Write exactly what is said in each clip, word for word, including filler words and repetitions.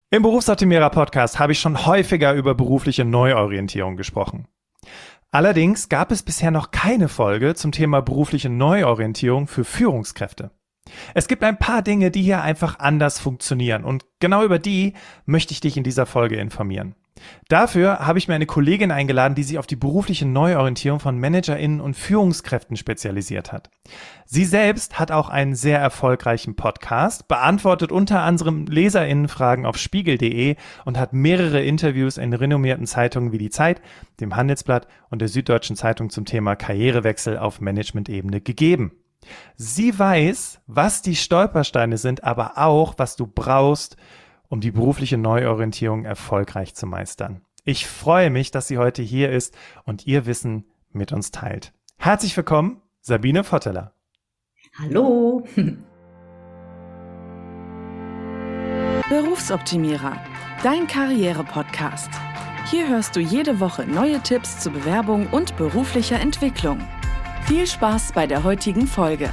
Im Berufsoptimierer-Podcast habe ich schon häufiger über berufliche Neuorientierung gesprochen. Allerdings gab es bisher noch keine Folge zum Thema berufliche Neuorientierung für Führungskräfte. Es gibt ein paar Dinge, die hier einfach anders funktionieren und genau über die möchte ich dich in dieser Folge informieren. Dafür habe ich mir eine Kollegin eingeladen, die sich auf die berufliche Neuorientierung von ManagerInnen und Führungskräften spezialisiert hat. Sie selbst hat auch einen sehr erfolgreichen Podcast, beantwortet unter anderem LeserInnenfragen auf spiegel punkt de und hat mehrere Interviews in renommierten Zeitungen wie die Zeit, dem Handelsblatt und der Süddeutschen Zeitung zum Thema Karrierewechsel auf Managementebene gegeben. Sie weiß, was die Stolpersteine sind, aber auch, was du brauchst, um die berufliche Neuorientierung erfolgreich zu meistern. Ich freue mich, dass sie heute hier ist und ihr Wissen mit uns teilt. Herzlich willkommen, Sabine Votteler. Hallo. Berufsoptimierer, dein Karriere-Podcast. Hier hörst du jede Woche neue Tipps zur Bewerbung und beruflicher Entwicklung. Viel Spaß bei der heutigen Folge.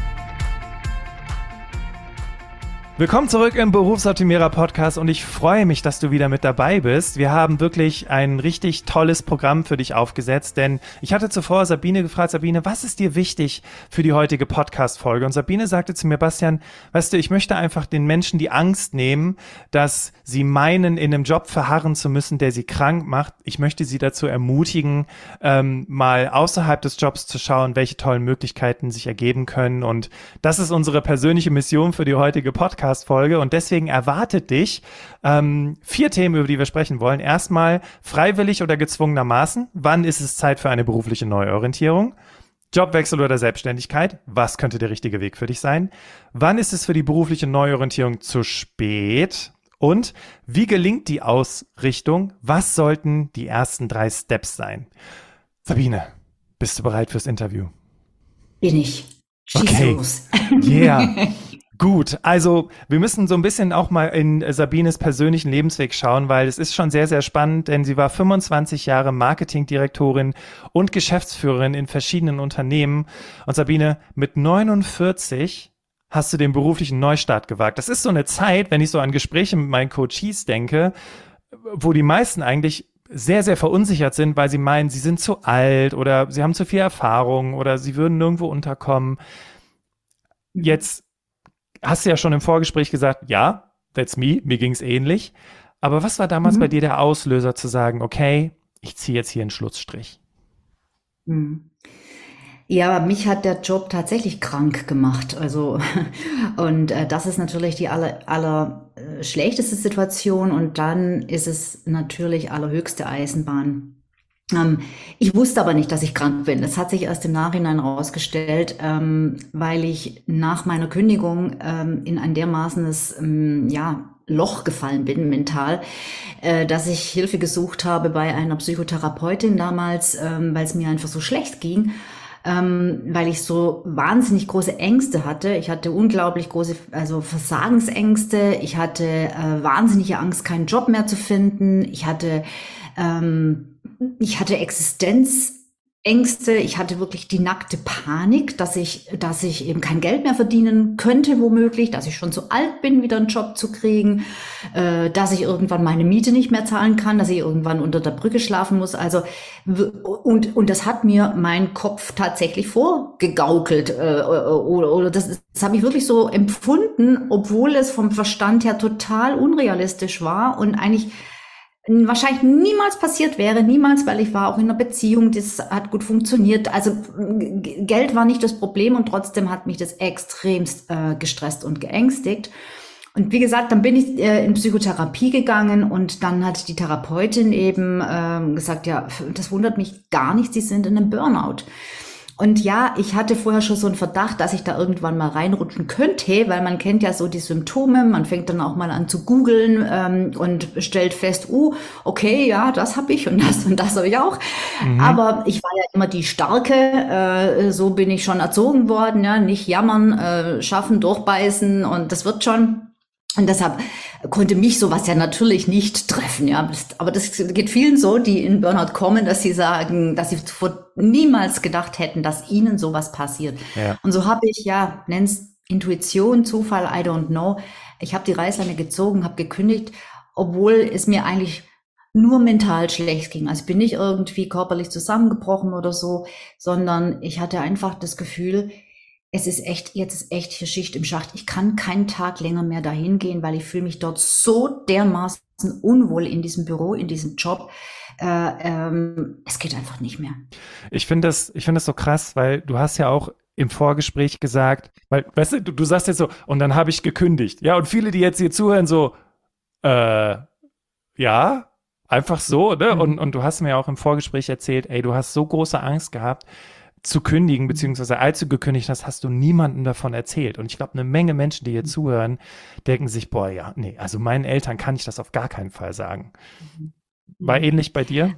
Willkommen zurück im Berufsoptimierer-Podcast und ich freue mich, dass du wieder mit dabei bist. Wir haben wirklich ein richtig tolles Programm für dich aufgesetzt, denn ich hatte zuvor Sabine gefragt, Sabine, was ist dir wichtig für die heutige Podcast-Folge? Und Sabine sagte zu mir, Bastian, weißt du, ich möchte einfach den Menschen die Angst nehmen, dass sie meinen, in einem Job verharren zu müssen, der sie krank macht. Ich möchte sie dazu ermutigen, ähm, mal außerhalb des Jobs zu schauen, welche tollen Möglichkeiten sich ergeben können. Und das ist unsere persönliche Mission für die heutige Podcast. Folge und deswegen erwartet dich ähm, vier Themen, über die wir sprechen wollen. Erstmal freiwillig oder gezwungenermaßen. Wann ist es Zeit für eine berufliche Neuorientierung? Jobwechsel oder Selbstständigkeit? Was könnte der richtige Weg für dich sein? Wann ist es für die berufliche Neuorientierung zu spät? Und wie gelingt die Ausrichtung? Was sollten die ersten drei Steps sein? Sabine, bist du bereit fürs Interview? Bin ich. Schieß okay. los. Yeah. Gut, also wir müssen so ein bisschen auch mal in Sabines persönlichen Lebensweg schauen, weil es ist schon sehr, sehr spannend, denn sie war fünfundzwanzig Jahre Marketingdirektorin und Geschäftsführerin in verschiedenen Unternehmen. Und Sabine, mit neunundvierzig hast du den beruflichen Neustart gewagt. Das ist so eine Zeit, wenn ich so an Gespräche mit meinen Coaches denke, wo die meisten eigentlich sehr, sehr verunsichert sind, weil sie meinen, sie sind zu alt oder sie haben zu viel Erfahrung oder sie würden nirgendwo unterkommen. Jetzt hast du ja schon im Vorgespräch gesagt, ja, that's me, mir ging's ähnlich. Aber was war damals mhm. bei dir der Auslöser zu sagen, okay, ich ziehe jetzt hier einen Schlussstrich? Mhm. Ja, mich hat der Job tatsächlich krank gemacht. Also und äh, das ist natürlich die aller, aller äh, schlechteste Situation und dann ist es natürlich allerhöchste Eisenbahn. Ähm, ich wusste aber nicht, dass ich krank bin. Das hat sich erst im Nachhinein rausgestellt, ähm, weil ich nach meiner Kündigung ähm, in ein dermaßenes ähm, ja, Loch gefallen bin, mental, äh, dass ich Hilfe gesucht habe bei einer Psychotherapeutin damals, ähm, weil es mir einfach so schlecht ging, ähm, weil ich so wahnsinnig große Ängste hatte. Ich hatte unglaublich große, also Versagensängste. Ich hatte äh, wahnsinnige Angst, keinen Job mehr zu finden. Ich hatte ähm, Ich hatte Existenzängste, ich hatte wirklich die nackte Panik, dass ich, dass ich eben kein Geld mehr verdienen könnte, womöglich, dass ich schon zu alt bin, wieder einen Job zu kriegen, äh, dass ich irgendwann meine Miete nicht mehr zahlen kann, dass ich irgendwann unter der Brücke schlafen muss. Also und und das hat mir mein Kopf tatsächlich vorgegaukelt äh, oder, oder das, das habe ich wirklich so empfunden, obwohl es vom Verstand her total unrealistisch war und eigentlich wahrscheinlich niemals passiert wäre, niemals, weil ich war auch in einer Beziehung, das hat gut funktioniert. Also Geld war nicht das Problem und trotzdem hat mich das extremst äh, gestresst und geängstigt. Und wie gesagt, dann bin ich äh, in Psychotherapie gegangen und dann hat die Therapeutin eben äh, gesagt, ja, das wundert mich gar nicht, Sie sind in einem Burnout. Und ja, ich hatte vorher schon so einen Verdacht, dass ich da irgendwann mal reinrutschen könnte, weil man kennt ja so die Symptome, man fängt dann auch mal an zu googeln ähm, und stellt fest, oh, okay, ja, das habe ich und das und das habe ich auch. Mhm. Aber ich war ja immer die Starke, äh, so bin ich schon erzogen worden, ja, nicht jammern, äh, schaffen, durchbeißen und das wird schon. Und deshalb konnte mich sowas ja natürlich nicht treffen, ja. Aber das geht vielen so, die in Burnout kommen, dass sie sagen, dass sie niemals gedacht hätten, dass ihnen sowas passiert. Ja. Und so habe ich, ja, nenn's Intuition, Zufall, I don't know. Ich habe die Reißleine gezogen, habe gekündigt obwohl es mir eigentlich nur mental schlecht ging. Also ich bin nicht irgendwie körperlich zusammengebrochen oder so, sondern ich hatte einfach das Gefühl, es ist echt, jetzt ist echt hier Schicht im Schacht. Ich kann keinen Tag länger mehr dahin gehen, weil ich fühle mich dort so dermaßen unwohl in diesem Büro, in diesem Job. Äh, ähm, es geht einfach nicht mehr. Ich finde das, ich finde das so krass, weil du hast ja auch im Vorgespräch gesagt, weil, weißt du, du, du sagst jetzt so, und dann habe ich gekündigt. Ja, und viele, die jetzt hier zuhören, so, äh, ja, einfach so, ne? Mhm. Und, und du hast mir ja auch im Vorgespräch erzählt, ey, du hast so große Angst gehabt, zu kündigen, beziehungsweise als du gekündigt hast, hast du niemandem davon erzählt. Und ich glaube, eine Menge Menschen, die hier zuhören, denken sich, boah, ja, nee, also meinen Eltern kann ich das auf gar keinen Fall sagen. War ähnlich bei dir?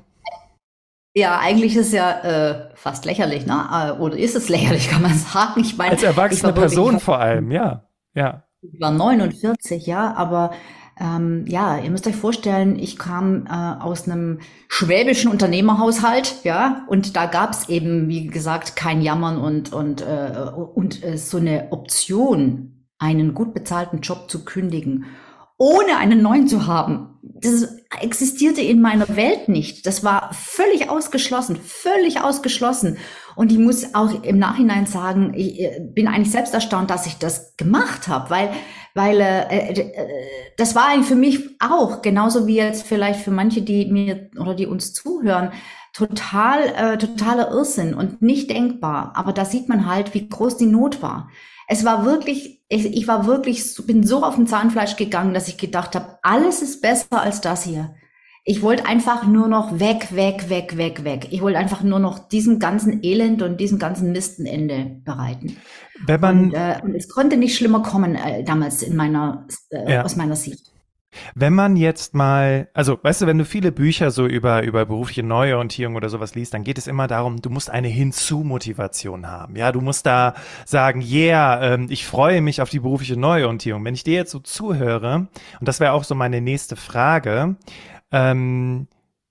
Ja, eigentlich ist es ja äh, fast lächerlich, ne? Oder ist es lächerlich, kann man sagen. Ich meine, als erwachsene ich war Person wirklich, vor allem, ja, ja. Ich war neunundvierzig, ja, aber ähm, ja, ihr müsst euch vorstellen, ich kam äh, aus einem schwäbischen Unternehmerhaushalt, ja, und da gab's eben, wie gesagt, kein Jammern und und äh, und äh, so eine Option, einen gut bezahlten Job zu kündigen, ohne einen neuen zu haben. Das existierte in meiner Welt nicht. Das war völlig ausgeschlossen, völlig ausgeschlossen. Und ich muss auch im Nachhinein sagen, ich bin eigentlich selbst erstaunt, dass ich das gemacht habe, weil weil äh, äh, das war eigentlich für mich auch, genauso wie jetzt vielleicht für manche, die mir oder die uns zuhören, total äh, totaler Irrsinn und nicht denkbar. Aber da sieht man halt, wie groß die Not war. Es war wirklich, ich, ich war wirklich, bin so auf dem Zahnfleisch gegangen, dass ich gedacht habe, alles ist besser als das hier. Ich wollte einfach nur noch weg, weg, weg, weg, weg. Ich wollte einfach nur noch diesem ganzen Elend und diesem ganzen Mist ein Ende bereiten. Wenn man, und, äh, und es konnte nicht schlimmer kommen äh, damals in meiner, äh, ja. aus meiner Sicht. Wenn man jetzt mal, also weißt du, wenn du viele Bücher so über über berufliche Neuorientierung oder sowas liest, dann geht es immer darum, du musst eine Hinzu-Motivation haben. Ja, du musst da sagen, yeah, ähm, ich freue mich auf die berufliche Neuorientierung. Wenn ich dir jetzt so zuhöre, und das wäre auch so meine nächste Frage, ähm,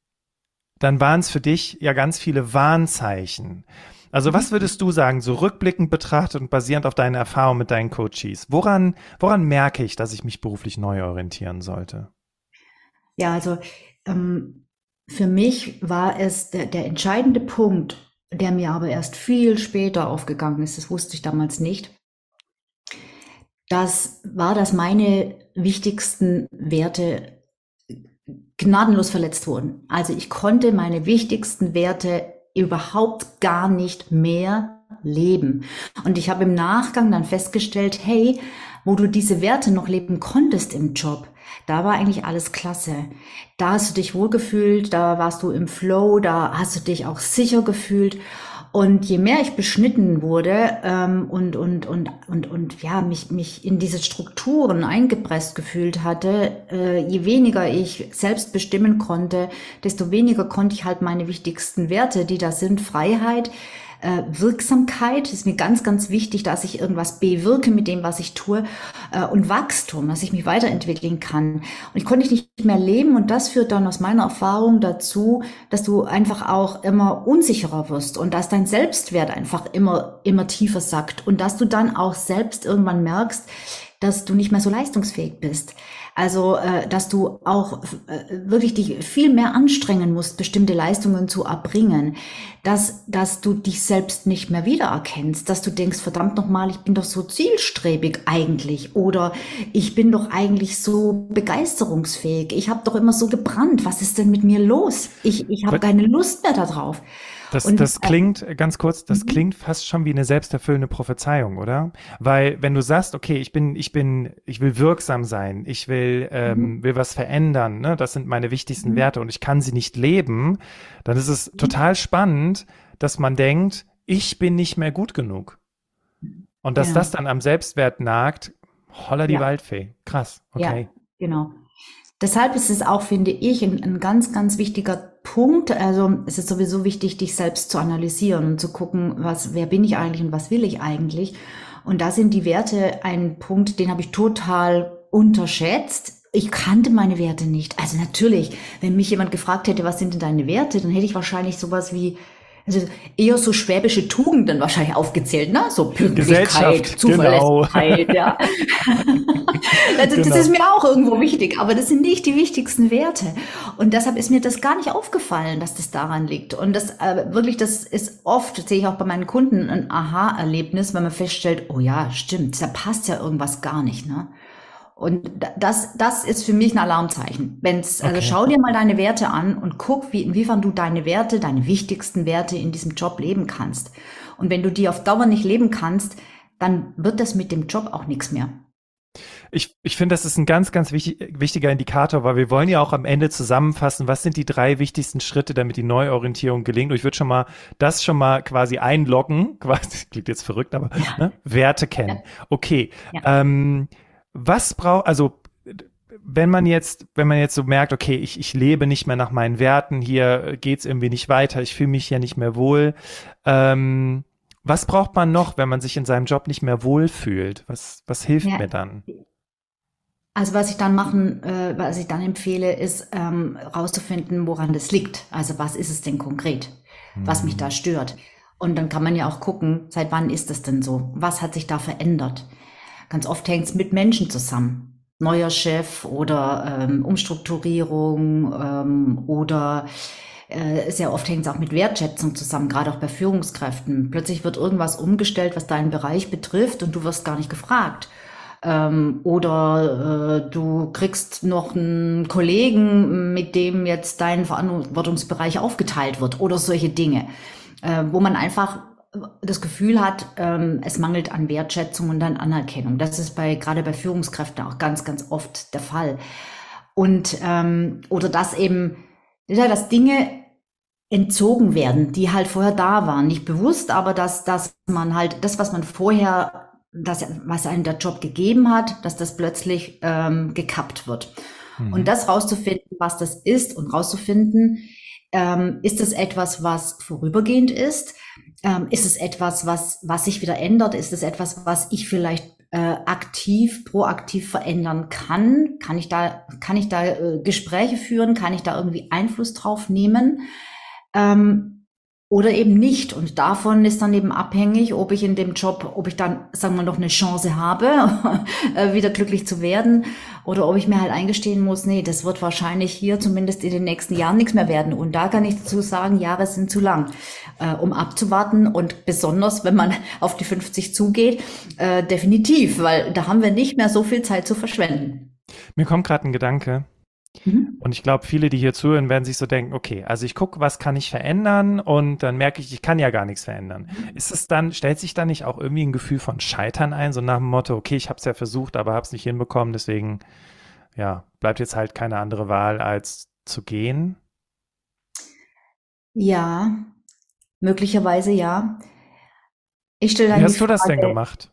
dann waren es für dich ja ganz viele Warnzeichen. Also was würdest du sagen, so rückblickend betrachtet und basierend auf deine Erfahrung mit deinen Coaches? Woran, woran merke ich, dass ich mich beruflich neu orientieren sollte? Ja, also ähm, für mich war es der, der entscheidende Punkt, der mir aber erst viel später aufgegangen ist, das wusste ich damals nicht. Das war, dass meine wichtigsten Werte gnadenlos verletzt wurden. Also ich konnte meine wichtigsten Werte überhaupt gar nicht mehr leben. Und ich habe im Nachgang dann festgestellt, hey, wo du diese Werte noch leben konntest im Job, da war eigentlich alles klasse. Da hast du dich wohlgefühlt, da warst du im Flow, da hast du dich auch sicher gefühlt. Und je mehr ich beschnitten wurde ähm, und und und und und ja mich mich in diese Strukturen eingepresst gefühlt hatte, äh, je weniger ich selbst bestimmen konnte, desto weniger konnte ich halt meine wichtigsten Werte, die da sind, Freiheit, äh, Wirksamkeit, ist mir ganz, ganz wichtig, dass ich irgendwas bewirke mit dem, was ich tue, äh, und Wachstum, dass ich mich weiterentwickeln kann. Und ich konnte nicht mehr leben und das führt dann aus meiner Erfahrung dazu, dass du einfach auch immer unsicherer wirst und dass dein Selbstwert einfach immer, immer tiefer sackt und dass du dann auch selbst irgendwann merkst, dass du nicht mehr so leistungsfähig bist. Also, äh, dass du auch äh, wirklich dich viel mehr anstrengen musst, bestimmte Leistungen zu erbringen, dass, dass du dich selbst nicht mehr wiedererkennst, dass du denkst, verdammt nochmal, ich bin doch so zielstrebig eigentlich oder ich bin doch eigentlich so begeisterungsfähig, ich habe doch immer so gebrannt, was ist denn mit mir los? Ich, ich habe keine Lust mehr darauf. Das, Und, das äh, klingt, ganz kurz, das mhm. klingt fast schon wie eine selbsterfüllende Prophezeiung, oder? Weil wenn du sagst, okay, ich bin, ich bin, ich will wirksam sein, ich will, ähm, Mhm. will was verändern, ne? Das sind meine wichtigsten Mhm. Werte und ich kann sie nicht leben, dann ist es total spannend, dass man denkt, ich bin nicht mehr gut genug. Und dass Genau. das dann am Selbstwert nagt, holla die Ja. Waldfee. Krass, okay. Ja, genau. Deshalb ist es auch, finde ich, ein, ein ganz, ganz wichtiger Punkt. Also es ist sowieso wichtig, dich selbst zu analysieren und zu gucken, was, wer bin ich eigentlich und was will ich eigentlich. Und da sind die Werte ein Punkt, den habe ich total unterschätzt. Ich kannte meine Werte nicht. Also natürlich, wenn mich jemand gefragt hätte, was sind denn deine Werte, dann hätte ich wahrscheinlich sowas wie Also eher so schwäbische Tugenden wahrscheinlich aufgezählt, ne? So Gesellschaft, Pünktlichkeit, Zuverlässigkeit, genau. ja. Also Genau. das ist mir auch irgendwo wichtig, aber das sind nicht die wichtigsten Werte. Und deshalb ist mir das gar nicht aufgefallen, dass das daran liegt. Und das äh, wirklich, das ist oft, das sehe ich auch bei meinen Kunden, ein Aha-Erlebnis, wenn man feststellt, oh ja, stimmt, da passt ja irgendwas gar nicht, ne? Und das, das ist für mich ein Alarmzeichen. Wenn's, also Okay. schau dir mal deine Werte an und guck, wie, inwiefern du deine Werte, deine wichtigsten Werte in diesem Job leben kannst. Und wenn du die auf Dauer nicht leben kannst, dann wird das mit dem Job auch nichts mehr. Ich, ich finde, das ist ein ganz, ganz wichtig, wichtiger Indikator, weil wir wollen ja auch am Ende zusammenfassen, was sind die drei wichtigsten Schritte, damit die Neuorientierung gelingt. Und ich würde schon mal das schon mal quasi einloggen, quasi, klingt jetzt verrückt, aber Ja. ne? Werte kennen. Okay. Ja. Ähm, was braucht, also wenn man jetzt, wenn man jetzt so merkt, okay, ich, ich lebe nicht mehr nach meinen Werten, hier geht's irgendwie nicht weiter, ich fühle mich hier nicht mehr wohl. Ähm, was braucht man noch, wenn man sich in seinem Job nicht mehr wohlfühlt? Was, was hilft Ja. mir dann? Also was ich dann machen, äh, was ich dann empfehle, ist ähm, rauszufinden, woran das liegt. Also was ist es denn konkret, was mich da stört? Und dann kann man ja auch gucken, seit wann ist das denn so? Was hat sich da verändert? Ganz oft hängt es mit Menschen zusammen. Neuer Chef oder ähm, Umstrukturierung ähm, oder äh, sehr oft hängt es auch mit Wertschätzung zusammen, gerade auch bei Führungskräften. Plötzlich wird irgendwas umgestellt, was deinen Bereich betrifft und du wirst gar nicht gefragt. Ähm, oder äh, du kriegst noch einen Kollegen, mit dem jetzt dein Verantwortungsbereich aufgeteilt wird oder solche Dinge, äh, wo man einfach das Gefühl hat, ähm, es mangelt an Wertschätzung und an Anerkennung. Das ist bei gerade bei Führungskräften auch ganz, ganz oft der Fall. Und ähm, oder dass eben, ja, dass Dinge entzogen werden, die halt vorher da waren, nicht bewusst, aber dass dass man halt das, was man vorher, das was einem der Job gegeben hat, dass das plötzlich ähm, gekappt wird. Mhm. Und das rauszufinden, was das ist und rauszufinden, ähm, ist es etwas, was vorübergehend ist? Ähm, ist es etwas, was, was sich wieder ändert? Ist es etwas, was ich vielleicht äh, aktiv, proaktiv verändern kann? Kann ich da, kann ich da äh, Gespräche führen? Kann ich da irgendwie Einfluss drauf nehmen? Ähm, oder eben nicht. Und davon ist dann eben abhängig, ob ich in dem Job, ob ich dann, sagen wir, noch eine Chance habe, wieder glücklich zu werden, oder ob ich mir halt eingestehen muss, nee, das wird wahrscheinlich hier zumindest in den nächsten Jahren nichts mehr werden. Und da kann ich dazu sagen, Jahre sind zu lang, äh, um abzuwarten. Und besonders, wenn man auf die fünfzig zugeht, äh, definitiv, weil da haben wir nicht mehr so viel Zeit zu verschwenden. Mir kommt gerade ein Gedanke. Mhm. Und ich glaube, viele, die hier zuhören, werden sich so denken, okay, also ich gucke, was kann ich verändern und dann merke ich, ich kann ja gar nichts verändern. Ist es dann, stellt sich da nicht auch irgendwie ein Gefühl von Scheitern ein, so nach dem Motto, okay, ich habe es ja versucht, aber habe es nicht hinbekommen, deswegen, ja, bleibt jetzt halt keine andere Wahl, als zu gehen? Ja, möglicherweise ja. Ich stelle dann Wie die hast du das denn Frage, gemacht?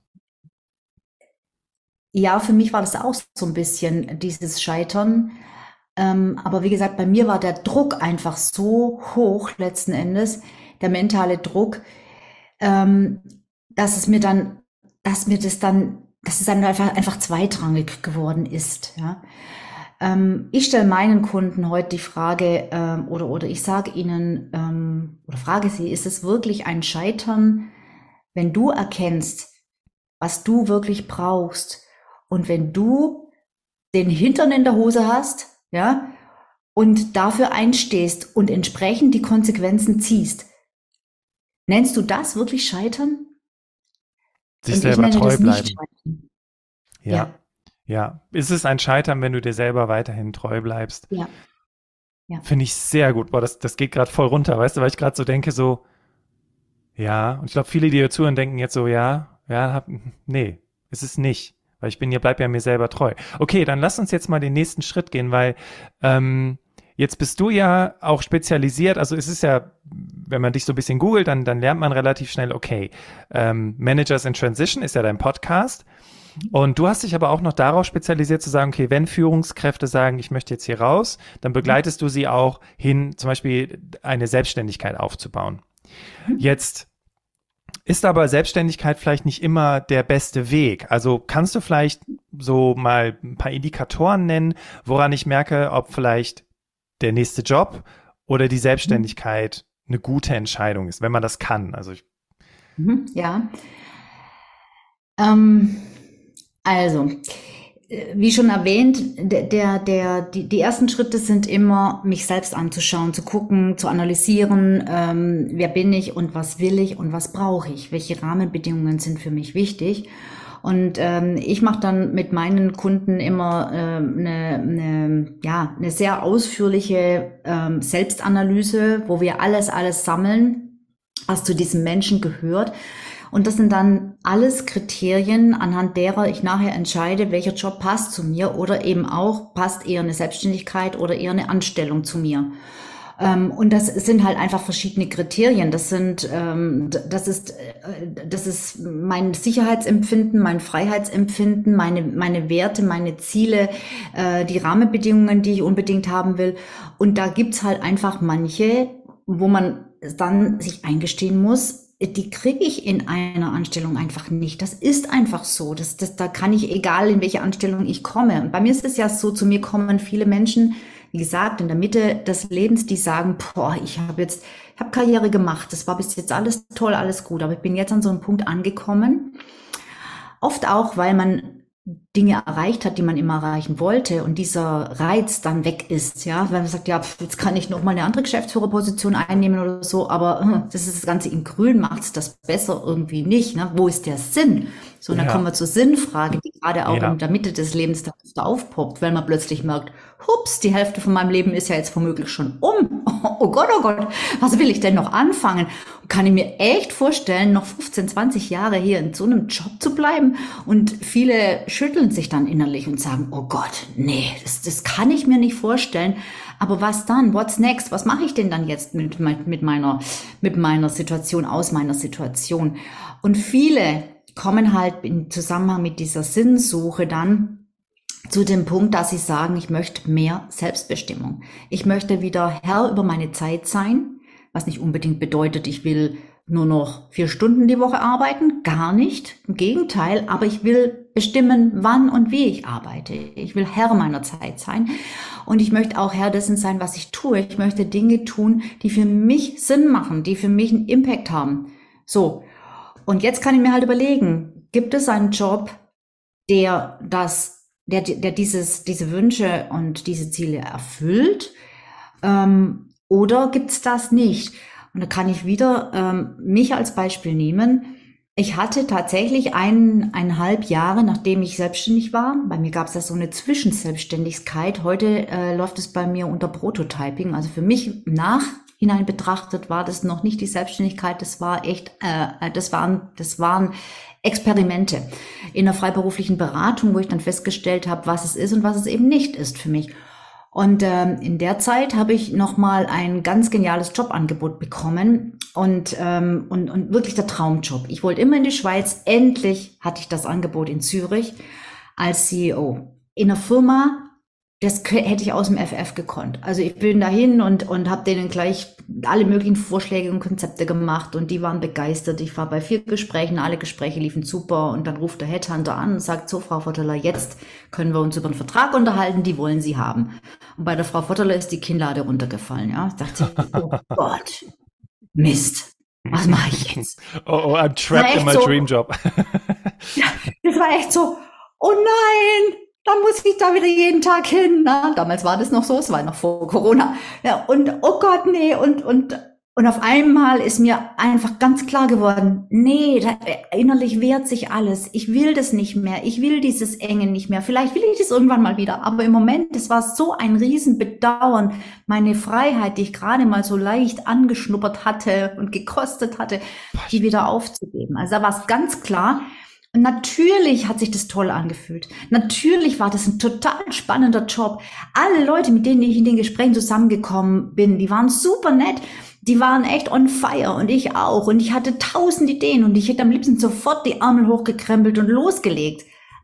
ja, für mich war das auch so ein bisschen dieses Scheitern. Ähm, aber wie gesagt, bei mir war der Druck einfach so hoch letzten Endes, der mentale Druck, ähm, dass es mir dann, dass mir das dann, dass es dann einfach, einfach zweitrangig geworden ist. Ja. Ähm, ich stelle meinen Kunden heute die Frage, ähm, oder, oder ich sage ihnen, ähm, oder frage sie, ist es wirklich ein Scheitern, wenn du erkennst, was du wirklich brauchst und wenn du den Hintern in der Hose hast, ja, und dafür einstehst und entsprechend die Konsequenzen ziehst. Nennst du das wirklich Scheitern? Sich Und ich selber nenne treu das bleiben. nicht Scheitern. Ja, Ja, ja. Ist es ein Scheitern, wenn du dir selber weiterhin treu bleibst? ja, ja. Finde ich sehr gut. Boah, das, das geht gerade voll runter, weißt du, weil ich gerade so denke, so, ja, und ich glaube, viele, die hier zuhören, denken jetzt so, ja, ja, hab, nee, ist es nicht. Weil ich bin ja, bleib ja mir selber treu. Okay, dann lass uns jetzt mal den nächsten Schritt gehen, weil ähm, jetzt bist du ja auch spezialisiert, also es ist ja, wenn man dich so ein bisschen googelt, dann, dann lernt man relativ schnell, okay, ähm, Managers in Transition ist ja dein Podcast und du hast dich aber auch noch darauf spezialisiert zu sagen, okay, wenn Führungskräfte sagen, ich möchte jetzt hier raus, dann begleitest du sie auch hin, zum Beispiel eine Selbstständigkeit aufzubauen. Jetzt ist aber Selbstständigkeit vielleicht nicht immer der beste Weg. Also kannst du vielleicht so mal ein paar Indikatoren nennen, woran ich merke, ob vielleicht der nächste Job oder die Selbstständigkeit eine gute Entscheidung ist, wenn man das kann. Also ich Mhm, ja. Ähm, also, äh, wie schon erwähnt, der, der, der, die, die ersten Schritte sind immer, mich selbst anzuschauen, zu gucken, zu analysieren, ähm, wer bin ich und was will ich und was brauche ich, welche Rahmenbedingungen sind für mich wichtig. Und ähm, ich mache dann mit meinen Kunden immer ähm, eine, eine, ja, eine sehr ausführliche ähm, Selbstanalyse, wo wir alles, alles sammeln, was zu diesem Menschen gehört. Und das sind dann alles Kriterien, anhand derer ich nachher entscheide, welcher Job passt zu mir oder eben auch passt eher eine Selbstständigkeit oder eher eine Anstellung zu mir. Ähm, und das sind halt einfach verschiedene Kriterien. Das sind, ähm, das ist, äh, das ist mein Sicherheitsempfinden, mein Freiheitsempfinden, meine, meine Werte, meine Ziele, äh, die Rahmenbedingungen, die ich unbedingt haben will. Und da gibt's halt einfach manche, wo man dann sich eingestehen muss, die kriege ich in einer Anstellung einfach nicht. Das ist einfach so. Das, das, da kann ich, egal in welche Anstellung ich komme. Und bei mir ist es ja so, zu mir kommen viele Menschen, wie gesagt, in der Mitte des Lebens, die sagen, boah, ich habe jetzt, ich habe Karriere gemacht, das war bis jetzt alles toll, alles gut, aber ich bin jetzt an so einem Punkt angekommen. Oft auch, weil man Dinge erreicht hat, die man immer erreichen wollte und dieser Reiz dann weg ist, ja, weil man sagt, ja, jetzt kann ich noch mal eine andere Geschäftsführerposition einnehmen oder so, aber das ist das Ganze in Grün, macht's das besser irgendwie nicht, ne? Wo ist der Sinn? So, und dann Ja. kommen wir zur Sinnfrage, die gerade auch Ja. in der Mitte des Lebens da aufpoppt, weil man plötzlich merkt, hups, die Hälfte von meinem Leben ist ja jetzt womöglich schon um. Oh Gott, oh Gott, was will ich denn noch anfangen? Kann ich mir echt vorstellen, noch fünfzehn, zwanzig Jahre hier in so einem Job zu bleiben? Und viele schütteln sich dann innerlich und sagen, oh Gott, nee, das, das kann ich mir nicht vorstellen. Aber was dann? What's next? Was mache ich denn dann jetzt mit, mit meiner, mit meiner Situation, aus meiner Situation? Und viele kommen halt im Zusammenhang mit dieser Sinnsuche dann zu dem Punkt, dass sie sagen, ich möchte mehr Selbstbestimmung. Ich möchte wieder Herr über meine Zeit sein, was nicht unbedingt bedeutet, ich will nur noch vier Stunden die Woche arbeiten, gar nicht, im Gegenteil, aber ich will bestimmen, wann und wie ich arbeite. Ich will Herr meiner Zeit sein und ich möchte auch Herr dessen sein, was ich tue. Ich möchte Dinge tun, die für mich Sinn machen, die für mich einen Impact haben. So, und jetzt kann ich mir halt überlegen, gibt es einen Job, der das Der, der dieses, diese Wünsche und diese Ziele erfüllt, ähm, oder gibt's das nicht? Und da kann ich wieder ähm, mich als Beispiel nehmen. Ich hatte tatsächlich eineinhalb Jahre, nachdem ich selbstständig war, bei mir gab's ja so eine Zwischenselbstständigkeit. Heute äh, läuft es bei mir unter Prototyping. Also für mich im Nachhinein betrachtet war das noch nicht die Selbstständigkeit. Das war echt, äh, das waren, das waren Experimente in der freiberuflichen Beratung, wo ich dann festgestellt habe, was es ist und was es eben nicht ist für mich. Und ähm, in der Zeit habe ich nochmal ein ganz geniales Jobangebot bekommen und, ähm, und, und wirklich der Traumjob. Ich wollte immer in die Schweiz. Endlich hatte ich das Angebot in Zürich als C E O in einer Firma. Das hätte ich aus dem F F gekonnt. Also ich bin dahin und, und habe denen gleich alle möglichen Vorschläge und Konzepte gemacht und die waren begeistert. Ich war bei vier Gesprächen, alle Gespräche liefen super und dann ruft der Headhunter an und sagt, so Frau Votteler, jetzt können wir uns über einen Vertrag unterhalten, die wollen Sie haben. Und bei der Frau Votteler ist die Kinnlade runtergefallen. Ja, ich dachte, oh Gott, Mist, was mache ich jetzt? Oh, oh, I'm trapped in my so, dream job. Ja, das war echt so, oh nein, dann muss ich da wieder jeden Tag hin. Na, damals war das noch so, es war noch vor Corona. Ja, und oh Gott, nee, und, und, und auf einmal ist mir einfach ganz klar geworden, nee, da, innerlich wehrt sich alles. Ich will das nicht mehr. Ich will dieses Enge nicht mehr. Vielleicht will ich das irgendwann mal wieder. Aber im Moment, das war so ein Riesenbedauern, meine Freiheit, die ich gerade mal so leicht angeschnuppert hatte und gekostet hatte, die wieder aufzugeben. Also da war es ganz klar. Und natürlich hat sich das toll angefühlt. Natürlich war das ein total spannender Job. Alle Leute, mit denen ich in den Gesprächen zusammengekommen bin, die waren super nett. Die waren echt on fire und ich auch. Und ich hatte tausend Ideen und ich hätte am liebsten sofort die Ärmel hochgekrempelt und losgelegt.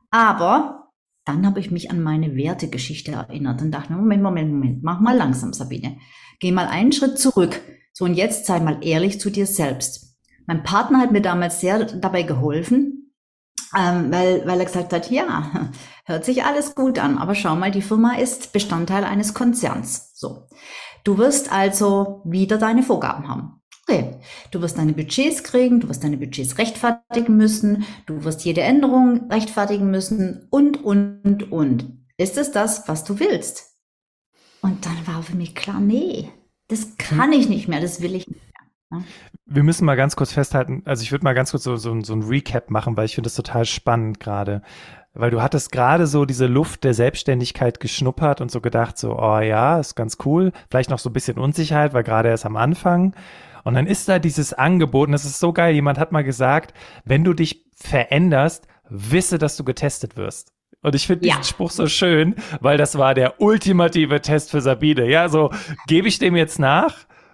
Aber dann habe ich mich an meine Wertegeschichte erinnert und dachte, Moment, Moment, Moment, mach mal langsam, Sabine. Geh mal einen Schritt zurück. So, und jetzt sei mal ehrlich zu dir selbst. Mein Partner hat mir damals sehr dabei geholfen, Ähm, weil, weil er gesagt hat, ja, hört sich alles gut an, aber schau mal, die Firma ist Bestandteil eines Konzerns. So. Du wirst also wieder deine Vorgaben haben. Okay. Du wirst deine Budgets kriegen, du wirst deine Budgets rechtfertigen müssen, du wirst jede Änderung rechtfertigen müssen und, und, und. Ist es das, was du willst? Und dann war für mich klar, nee, das kann ich nicht mehr, das will ich nicht mehr. Ja. Wir müssen mal ganz kurz festhalten, also ich würde mal ganz kurz so, so, so ein Recap machen, weil ich finde das total spannend gerade. Weil du hattest gerade so diese Luft der Selbstständigkeit geschnuppert und so gedacht, so, oh ja, ist ganz cool. Vielleicht noch so ein bisschen Unsicherheit, weil gerade erst am Anfang. Und dann ist da dieses Angebot, und das ist so geil, jemand hat mal gesagt, wenn du dich veränderst, wisse, dass du getestet wirst. Und ich finde diesen ja. Spruch so schön, weil das war der ultimative Test für Sabine. Ja, so, gebe ich dem jetzt nach?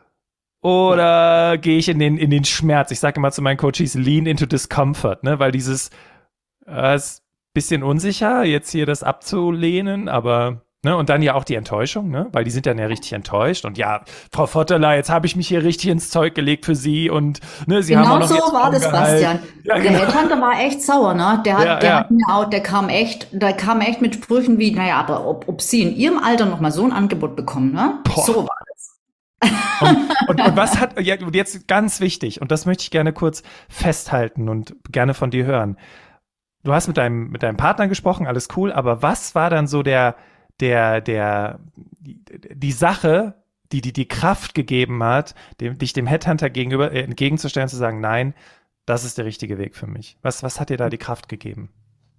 Oder ja. gehe ich in den, in den Schmerz? Ich sage immer zu meinen Coaches, lean into discomfort, ne? Weil dieses, äh, ist bisschen unsicher, jetzt hier das abzulehnen, aber, ne, und dann ja auch die Enttäuschung, ne, weil die sind dann ja richtig enttäuscht und ja, Frau Votteler, jetzt habe ich mich hier richtig ins Zeug gelegt für Sie und, ne, Sie genau haben auch noch so jetzt war das, Bastian. Ja, der genau. Headhunter war echt sauer, ne, der hat, ja, der ja. hat mir auch, der kam echt, der kam echt mit Sprüchen wie, naja, aber ob, ob Sie in Ihrem Alter noch mal so ein Angebot bekommen, ne, Boah. so war das. Und, und, und was hat, ja, jetzt ganz wichtig, und das möchte ich gerne kurz festhalten und gerne von dir hören. Du hast mit deinem, mit deinem Partner gesprochen, alles cool, aber was war dann so der, der, der, die, die Sache, die dir die Kraft gegeben hat, dem, dich dem Headhunter gegenüber, äh, entgegenzustellen, zu sagen, nein, das ist der richtige Weg für mich? Was, was hat dir da die Kraft gegeben?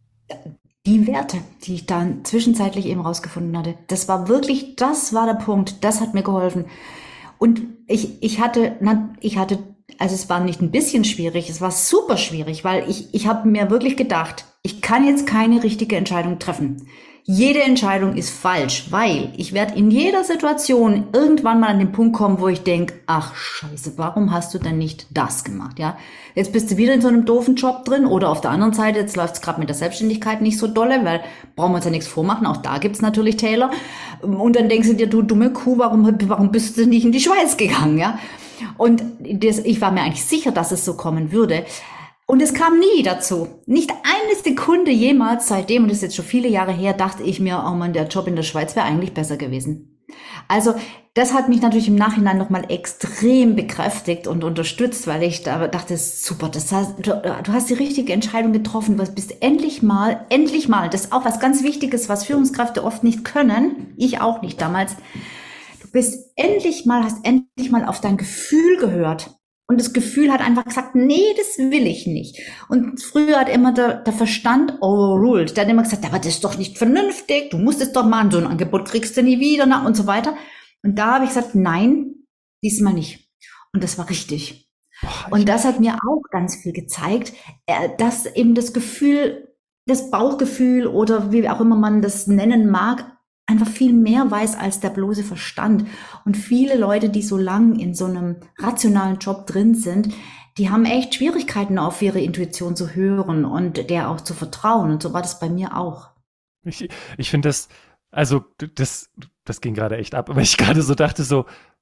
Die Werte, die ich dann zwischenzeitlich eben rausgefunden hatte, das war wirklich, das war der Punkt, das hat mir geholfen. Und ich, ich hatte, na, ich hatte, also es war nicht ein bisschen schwierig, es war super schwierig, weil ich, ich habe mir wirklich gedacht, ich kann jetzt keine richtige Entscheidung treffen. Jede Entscheidung ist falsch, weil ich werde in jeder Situation irgendwann mal an den Punkt kommen, wo ich denke, ach scheiße, warum hast du denn nicht das gemacht? Ja, jetzt bist du wieder in so einem doofen Job drin oder auf der anderen Seite, jetzt läuft es gerade mit der Selbstständigkeit nicht so dolle, weil brauchen wir uns ja nichts vormachen, auch da gibt's natürlich Täler. Und dann denkst du dir, du dumme Kuh, warum, warum bist du nicht in die Schweiz gegangen? Ja, und das, ich war mir eigentlich sicher, dass es so kommen würde. Und es kam nie dazu. Nicht eine Sekunde jemals seitdem, und das ist jetzt schon viele Jahre her, dachte ich mir, oh Mann, der Job in der Schweiz wäre eigentlich besser gewesen. Also das hat mich natürlich im Nachhinein nochmal extrem bekräftigt und unterstützt, weil ich da dachte, super, das heißt, du, du hast die richtige Entscheidung getroffen, du bist endlich mal, endlich mal, das ist auch was ganz Wichtiges, was Führungskräfte oft nicht können, ich auch nicht damals, du bist endlich mal, hast endlich mal auf dein Gefühl gehört. Und das Gefühl hat einfach gesagt, nee, das will ich nicht. Und früher hat immer der, der Verstand overruled. Der hat immer gesagt, aber das ist doch nicht vernünftig, du musst es doch machen, so ein Angebot kriegst du nie wieder, na, und so weiter. Und da habe ich gesagt, nein, diesmal nicht. Und das war richtig. Boah, und das hat mir auch ganz viel gezeigt, dass eben das Gefühl, das Bauchgefühl oder wie auch immer man das nennen mag, einfach viel mehr weiß als der bloße Verstand. Und viele Leute, die so lang in so einem rationalen Job drin sind, die haben echt Schwierigkeiten, auf ihre Intuition zu hören und der auch zu vertrauen. Und so war das bei mir auch. Ich, ich finde das, also das, das ging gerade echt ab, aber ich gerade so dachte so,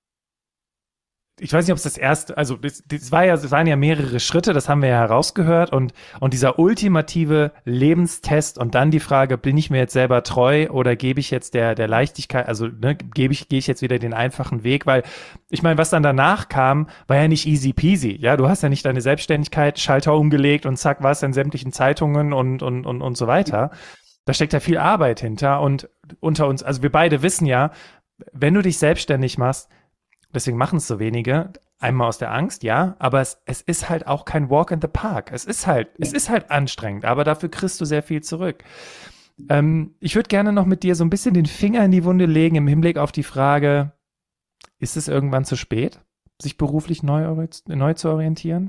ich weiß nicht, ob es das erste, also das, das war ja, es waren ja mehrere Schritte, das haben wir ja herausgehört und, und dieser ultimative Lebenstest und dann die Frage, bin ich mir jetzt selber treu oder gebe ich jetzt der, der Leichtigkeit, also ne, gebe ich, gehe ich jetzt wieder den einfachen Weg, weil ich meine, was dann danach kam, war ja nicht easy peasy, ja, du hast ja nicht deine Selbstständigkeit, Schalter umgelegt und zack, warst in sämtlichen Zeitungen und, und, und, und so weiter. Da steckt ja viel Arbeit hinter und unter uns, also wir beide wissen ja, wenn du dich selbstständig machst, deswegen machen es so wenige, einmal aus der Angst, ja, aber es, es ist halt auch kein Walk in the Park. Es ist halt, es ist halt anstrengend, aber dafür kriegst du sehr viel zurück. Ähm, ich würde gerne noch mit dir so ein bisschen den Finger in die Wunde legen im Hinblick auf die Frage, ist es irgendwann zu spät, sich beruflich neu, neu zu orientieren?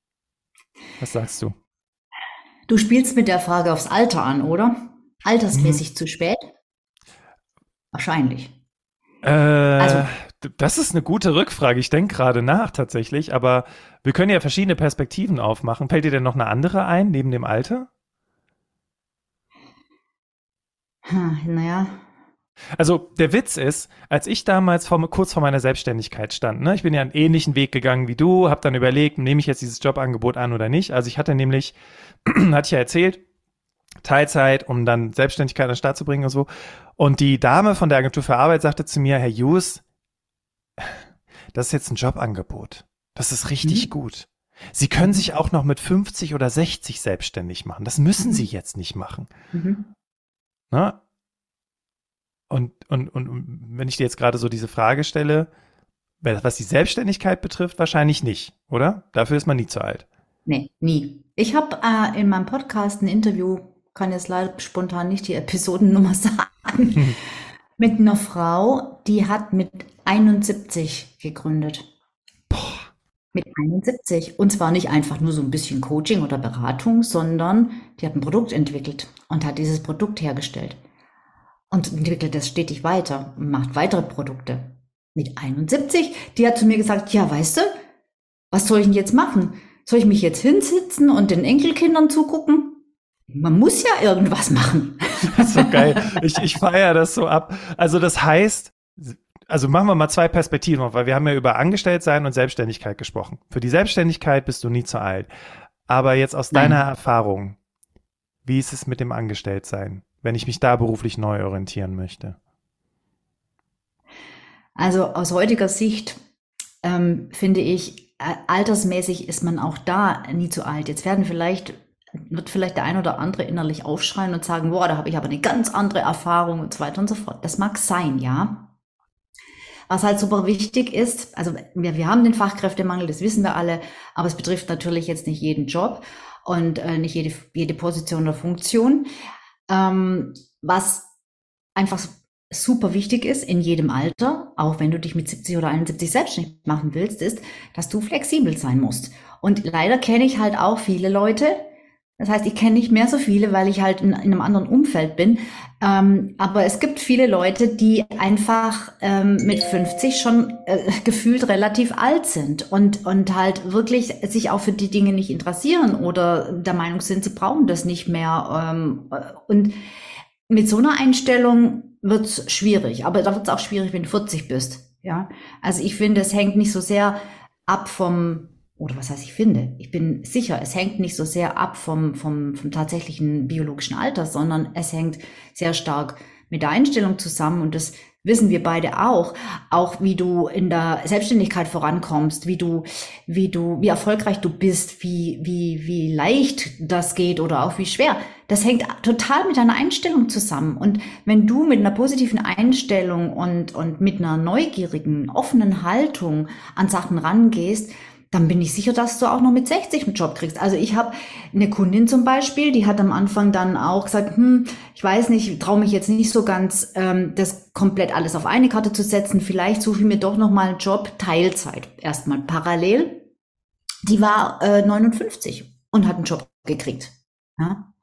Was sagst du? Du spielst mit der Frage aufs Alter an, oder? Altersmäßig hm. zu spät? Wahrscheinlich. Äh, also das ist eine gute Rückfrage. Ich denke gerade nach tatsächlich, aber wir können ja verschiedene Perspektiven aufmachen. Fällt dir denn noch eine andere ein, neben dem Alter? Hm, naja, Also der Witz ist, als ich damals vor, kurz vor meiner Selbstständigkeit stand, ne, ich bin ja einen ähnlichen Weg gegangen wie du, habe dann überlegt, nehme ich jetzt dieses Jobangebot an oder nicht. Also ich hatte nämlich, hatte ich ja erzählt, Teilzeit, um dann Selbstständigkeit an den Start zu bringen und so. Und die Dame von der Agentur für Arbeit sagte zu mir, Herr Hughes, das ist jetzt ein Jobangebot. Das ist richtig mhm. gut. Sie können sich auch noch mit fünfzig oder sechzig selbstständig machen. Das müssen mhm. Sie jetzt nicht machen. Mhm. Na? Und, und, und, und wenn ich dir jetzt gerade so diese Frage stelle, was die Selbstständigkeit betrifft, wahrscheinlich nicht, oder? Dafür ist man nie zu alt. Nee, nie. Ich habe äh, in meinem Podcast ein Interview, kann jetzt leider spontan nicht die Episodennummer sagen, hm. mit einer Frau, die hat mit einundsiebzig gegründet. Boah. Mit einundsiebzig. Und zwar nicht einfach nur so ein bisschen Coaching oder Beratung, sondern die hat ein Produkt entwickelt und hat dieses Produkt hergestellt. Und entwickelt das stetig weiter und macht weitere Produkte. Mit einundsiebzig, die hat zu mir gesagt, ja, weißt du, was soll ich denn jetzt machen? Soll ich mich jetzt hinsitzen und den Enkelkindern zugucken? Man muss ja irgendwas machen. Das ist so geil. Ich, ich feiere das so ab. Also das heißt, also machen wir mal zwei Perspektiven auf, weil wir haben ja über Angestelltsein und Selbstständigkeit gesprochen. Für die Selbstständigkeit bist du nie zu alt. Aber jetzt aus Nein. deiner Erfahrung, wie ist es mit dem Angestelltsein, wenn ich mich da beruflich neu orientieren möchte? Also aus heutiger Sicht ähm, finde ich, äh, altersmäßig ist man auch da nie zu alt. Jetzt werden vielleicht, wird vielleicht der ein oder andere innerlich aufschreien und sagen, boah, da habe ich aber eine ganz andere Erfahrung und so weiter und so fort. Das mag sein, ja. Was halt super wichtig ist, also wir, wir haben den Fachkräftemangel, das wissen wir alle, aber es betrifft natürlich jetzt nicht jeden Job und äh, nicht jede, jede Position oder Funktion. Ähm, was einfach super wichtig ist in jedem Alter, auch wenn du dich mit siebzig oder einundsiebzig selbstständig machen willst, ist, dass du flexibel sein musst. Und leider kenne ich halt auch viele Leute, das heißt, ich kenne nicht mehr so viele, weil ich halt in, in einem anderen Umfeld bin, ähm, aber es gibt viele Leute, die einfach ähm, mit fünfzig schon äh, gefühlt relativ alt sind und, und halt wirklich sich auch für die Dinge nicht interessieren oder der Meinung sind, sie brauchen das nicht mehr. Ähm, und mit so einer Einstellung wird es schwierig, aber da wird es auch schwierig, wenn du vierzig bist. Ja, also ich finde, es hängt nicht so sehr ab vom, oder was heißt ich finde, ich bin sicher, es hängt nicht so sehr ab vom, vom, vom tatsächlichen biologischen Alter, sondern es hängt sehr stark mit der Einstellung zusammen und das wissen wir beide auch, auch wie du in der Selbstständigkeit vorankommst, wie du, wie du, wie erfolgreich du bist, wie, wie, wie leicht das geht oder auch wie schwer. Das hängt total mit deiner Einstellung zusammen. Und wenn du mit einer positiven Einstellung und, und mit einer neugierigen, offenen Haltung an Sachen rangehst, dann bin ich sicher, dass du auch noch mit sechzig einen Job kriegst. Also ich habe eine Kundin zum Beispiel, die hat am Anfang dann auch gesagt, hm, ich weiß nicht, ich traue mich jetzt nicht so ganz, ähm, das komplett alles auf eine Karte zu setzen. Vielleicht suche ich mir doch noch mal einen Job, Teilzeit, erstmal parallel. Die war äh, neunundfünfzig und hat einen Job gekriegt. Ja?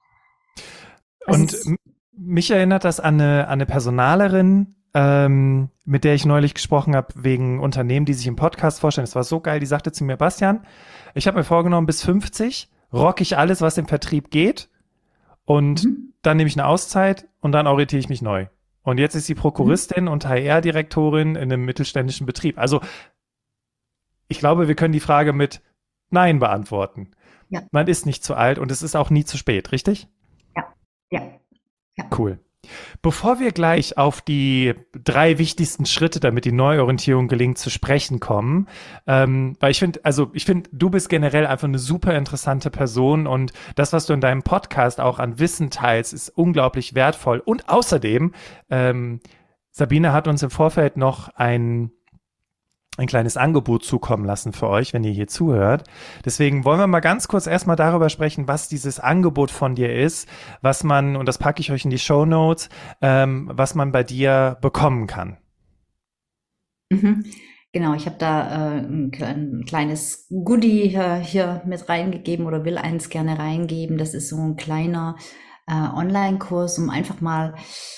Also und mich erinnert das an eine, an eine Personalerin, Ähm, mit der ich neulich gesprochen habe, wegen Unternehmen, die sich im Podcast vorstellen. Das war so geil, die sagte zu mir, Bastian, ich habe mir vorgenommen, bis fünfzig rock ich alles, was im Vertrieb geht und mhm. dann nehme ich eine Auszeit und dann orientiere ich mich neu. Und jetzt ist sie Prokuristin mhm. und H R-Direktorin in einem mittelständischen Betrieb. Also ich glaube, wir können die Frage mit Nein beantworten. Ja. Man ist nicht zu alt und es ist auch nie zu spät, richtig? Ja, ja. ja. Cool. Bevor wir gleich auf die drei wichtigsten Schritte, damit die Neuorientierung gelingt, zu sprechen kommen, ähm, weil ich finde, also ich finde, du bist generell einfach eine super interessante Person und das, was du in deinem Podcast auch an Wissen teilst, ist unglaublich wertvoll. Und außerdem, ähm, Sabine hat uns im Vorfeld noch ein ein kleines Angebot zukommen lassen für euch, wenn ihr hier zuhört. Deswegen wollen wir mal ganz kurz erstmal darüber sprechen, was dieses Angebot von dir ist, was man, und das packe ich euch in die Shownotes, ähm, was man bei dir bekommen kann. Mhm. Genau, ich habe da äh, ein, ein kleines Goodie hier, hier mit reingegeben oder will eins gerne reingeben. Das ist so ein kleiner äh, Online-Kurs, um einfach mal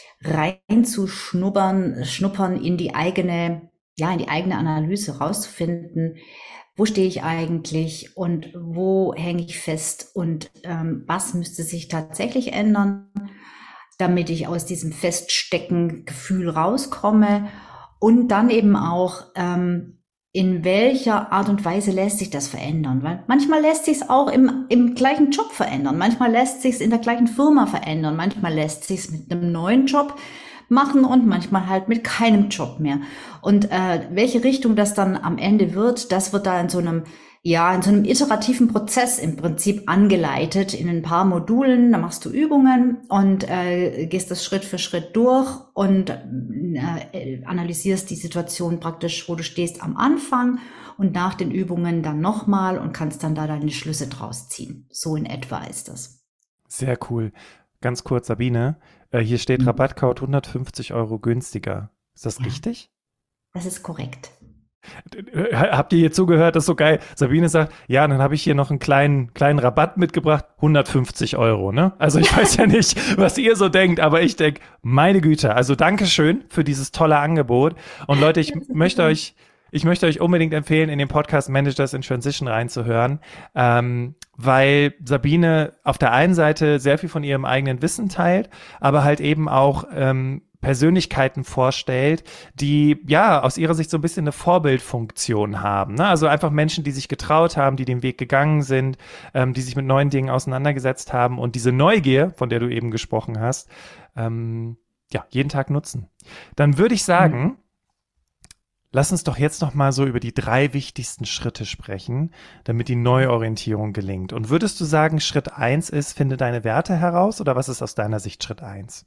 reinzuschnuppern, schnuppern in die eigene ja, in die eigene Analyse rauszufinden, wo stehe ich eigentlich und wo hänge ich fest und ähm, was müsste sich tatsächlich ändern, damit ich aus diesem Feststecken-Gefühl rauskomme und dann eben auch, ähm, in welcher Art und Weise lässt sich das verändern? Weil manchmal lässt sich es auch im, im gleichen Job verändern, manchmal lässt sich es in der gleichen Firma verändern, manchmal lässt sich es mit einem neuen Job machen und manchmal halt mit keinem Job mehr. Und äh, welche Richtung das dann am Ende wird, das wird da in so einem ja, in so einem iterativen Prozess im Prinzip angeleitet in ein paar Modulen. Da machst du Übungen und äh, gehst das Schritt für Schritt durch und äh, analysierst die Situation praktisch, wo du stehst am Anfang und nach den Übungen dann nochmal und kannst dann da deine Schlüsse draus ziehen. So in etwa ist das. Sehr cool. Ganz kurz, Sabine, äh, hier steht mhm. Rabattcode hundertfünfzig Euro günstiger. Ist das ja richtig? Das ist korrekt. Habt ihr hier zugehört? Das ist so geil. Sabine sagt, ja, dann habe ich hier noch einen kleinen, kleinen Rabatt mitgebracht, hundertfünfzig Euro, ne? Also ich weiß ja nicht, was ihr so denkt, aber ich denke, meine Güte, also Dankeschön für dieses tolle Angebot. Und Leute, ich möchte euch, ich möchte euch unbedingt empfehlen, in den Podcast Managers in Transition reinzuhören, ähm, weil Sabine auf der einen Seite sehr viel von ihrem eigenen Wissen teilt, aber halt eben auch ähm, Persönlichkeiten vorstellt, die ja aus ihrer Sicht so ein bisschen eine Vorbildfunktion haben. Ne? Also einfach Menschen, die sich getraut haben, die den Weg gegangen sind, ähm, die sich mit neuen Dingen auseinandergesetzt haben und diese Neugier, von der du eben gesprochen hast, ähm, ja, jeden Tag nutzen. Dann würde ich sagen, mhm. lass uns doch jetzt noch mal so über die drei wichtigsten Schritte sprechen, damit die Neuorientierung gelingt. Und würdest du sagen, Schritt eins ist, finde deine Werte heraus, oder was ist aus deiner Sicht Schritt eins?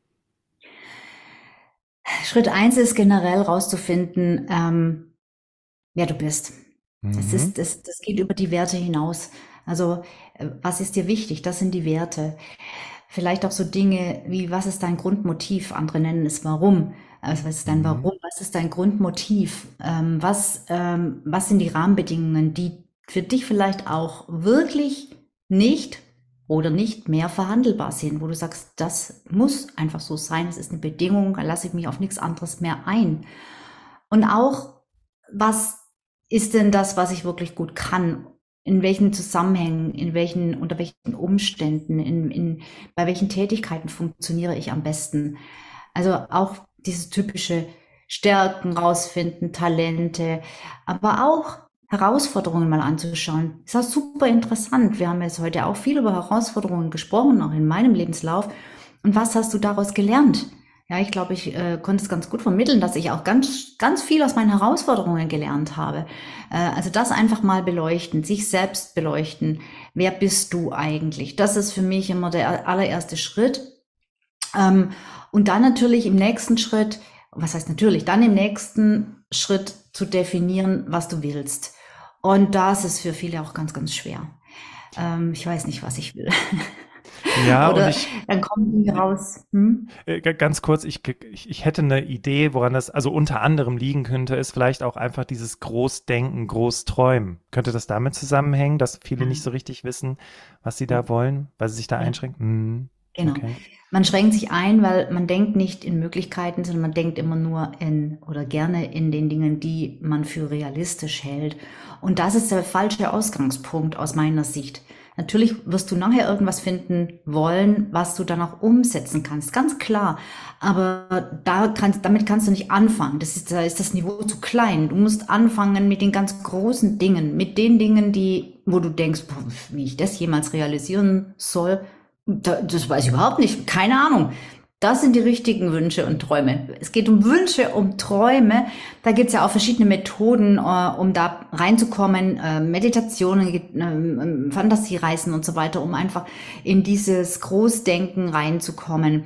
Schritt eins ist generell rauszufinden, ähm, wer du bist. Mhm. Das ist, das, das geht über die Werte hinaus. Also, äh, was ist dir wichtig? Das sind die Werte. Vielleicht auch so Dinge wie, was ist dein Grundmotiv? Andere nennen es Warum. Also, was ist dein mhm. Warum? Was ist dein Grundmotiv? Ähm, was, ähm, was sind die Rahmenbedingungen, die für dich vielleicht auch wirklich nicht oder nicht mehr verhandelbar sind, wo du sagst, das muss einfach so sein, es ist eine Bedingung, da lasse ich mich auf nichts anderes mehr ein. Und auch, was ist denn das, was ich wirklich gut kann? In welchen Zusammenhängen, in welchen, unter welchen Umständen, in, in, bei welchen Tätigkeiten funktioniere ich am besten? Also auch dieses typische Stärken rausfinden, Talente, aber auch Herausforderungen mal anzuschauen. Ist auch super interessant. Wir haben jetzt heute auch viel über Herausforderungen gesprochen, auch in meinem Lebenslauf. Und was hast du daraus gelernt? Ja, ich glaube, ich äh, konnte es ganz gut vermitteln, dass ich auch ganz, ganz viel aus meinen Herausforderungen gelernt habe. Äh, also das einfach mal beleuchten, sich selbst beleuchten. Wer bist du eigentlich? Das ist für mich immer der allererste Schritt. Ähm, und dann natürlich im nächsten Schritt, was heißt natürlich, dann im nächsten Schritt zu definieren, was du willst. Und das ist für viele auch ganz, ganz schwer. Ähm, ich weiß nicht, was ich will. Ja, Oder und ich, dann kommen die raus. Hm? Ganz kurz, ich, ich, ich hätte eine Idee, woran das also unter anderem liegen könnte, ist vielleicht auch einfach dieses Großdenken, Großträumen. Könnte das damit zusammenhängen, dass viele nicht so richtig wissen, was sie da wollen, weil sie sich da einschränken? Hm. Genau. Okay. Man schränkt sich ein, weil man denkt nicht in Möglichkeiten, sondern man denkt immer nur in oder gerne in den Dingen, die man für realistisch hält. Und das ist der falsche Ausgangspunkt aus meiner Sicht. Natürlich wirst du nachher irgendwas finden wollen, was du dann auch umsetzen kannst, ganz klar. Aber da kannst, damit kannst du nicht anfangen. Das ist, da ist das Niveau zu klein. Du musst anfangen mit den ganz großen Dingen, mit den Dingen, die, wo du denkst, boah, wie ich das jemals realisieren soll. Das weiß ich überhaupt nicht. Keine Ahnung. Das sind die richtigen Wünsche und Träume. Es geht um Wünsche, um Träume. Da gibt es ja auch verschiedene Methoden, um da reinzukommen. Meditationen, Fantasiereisen und so weiter, um einfach in dieses Großdenken reinzukommen.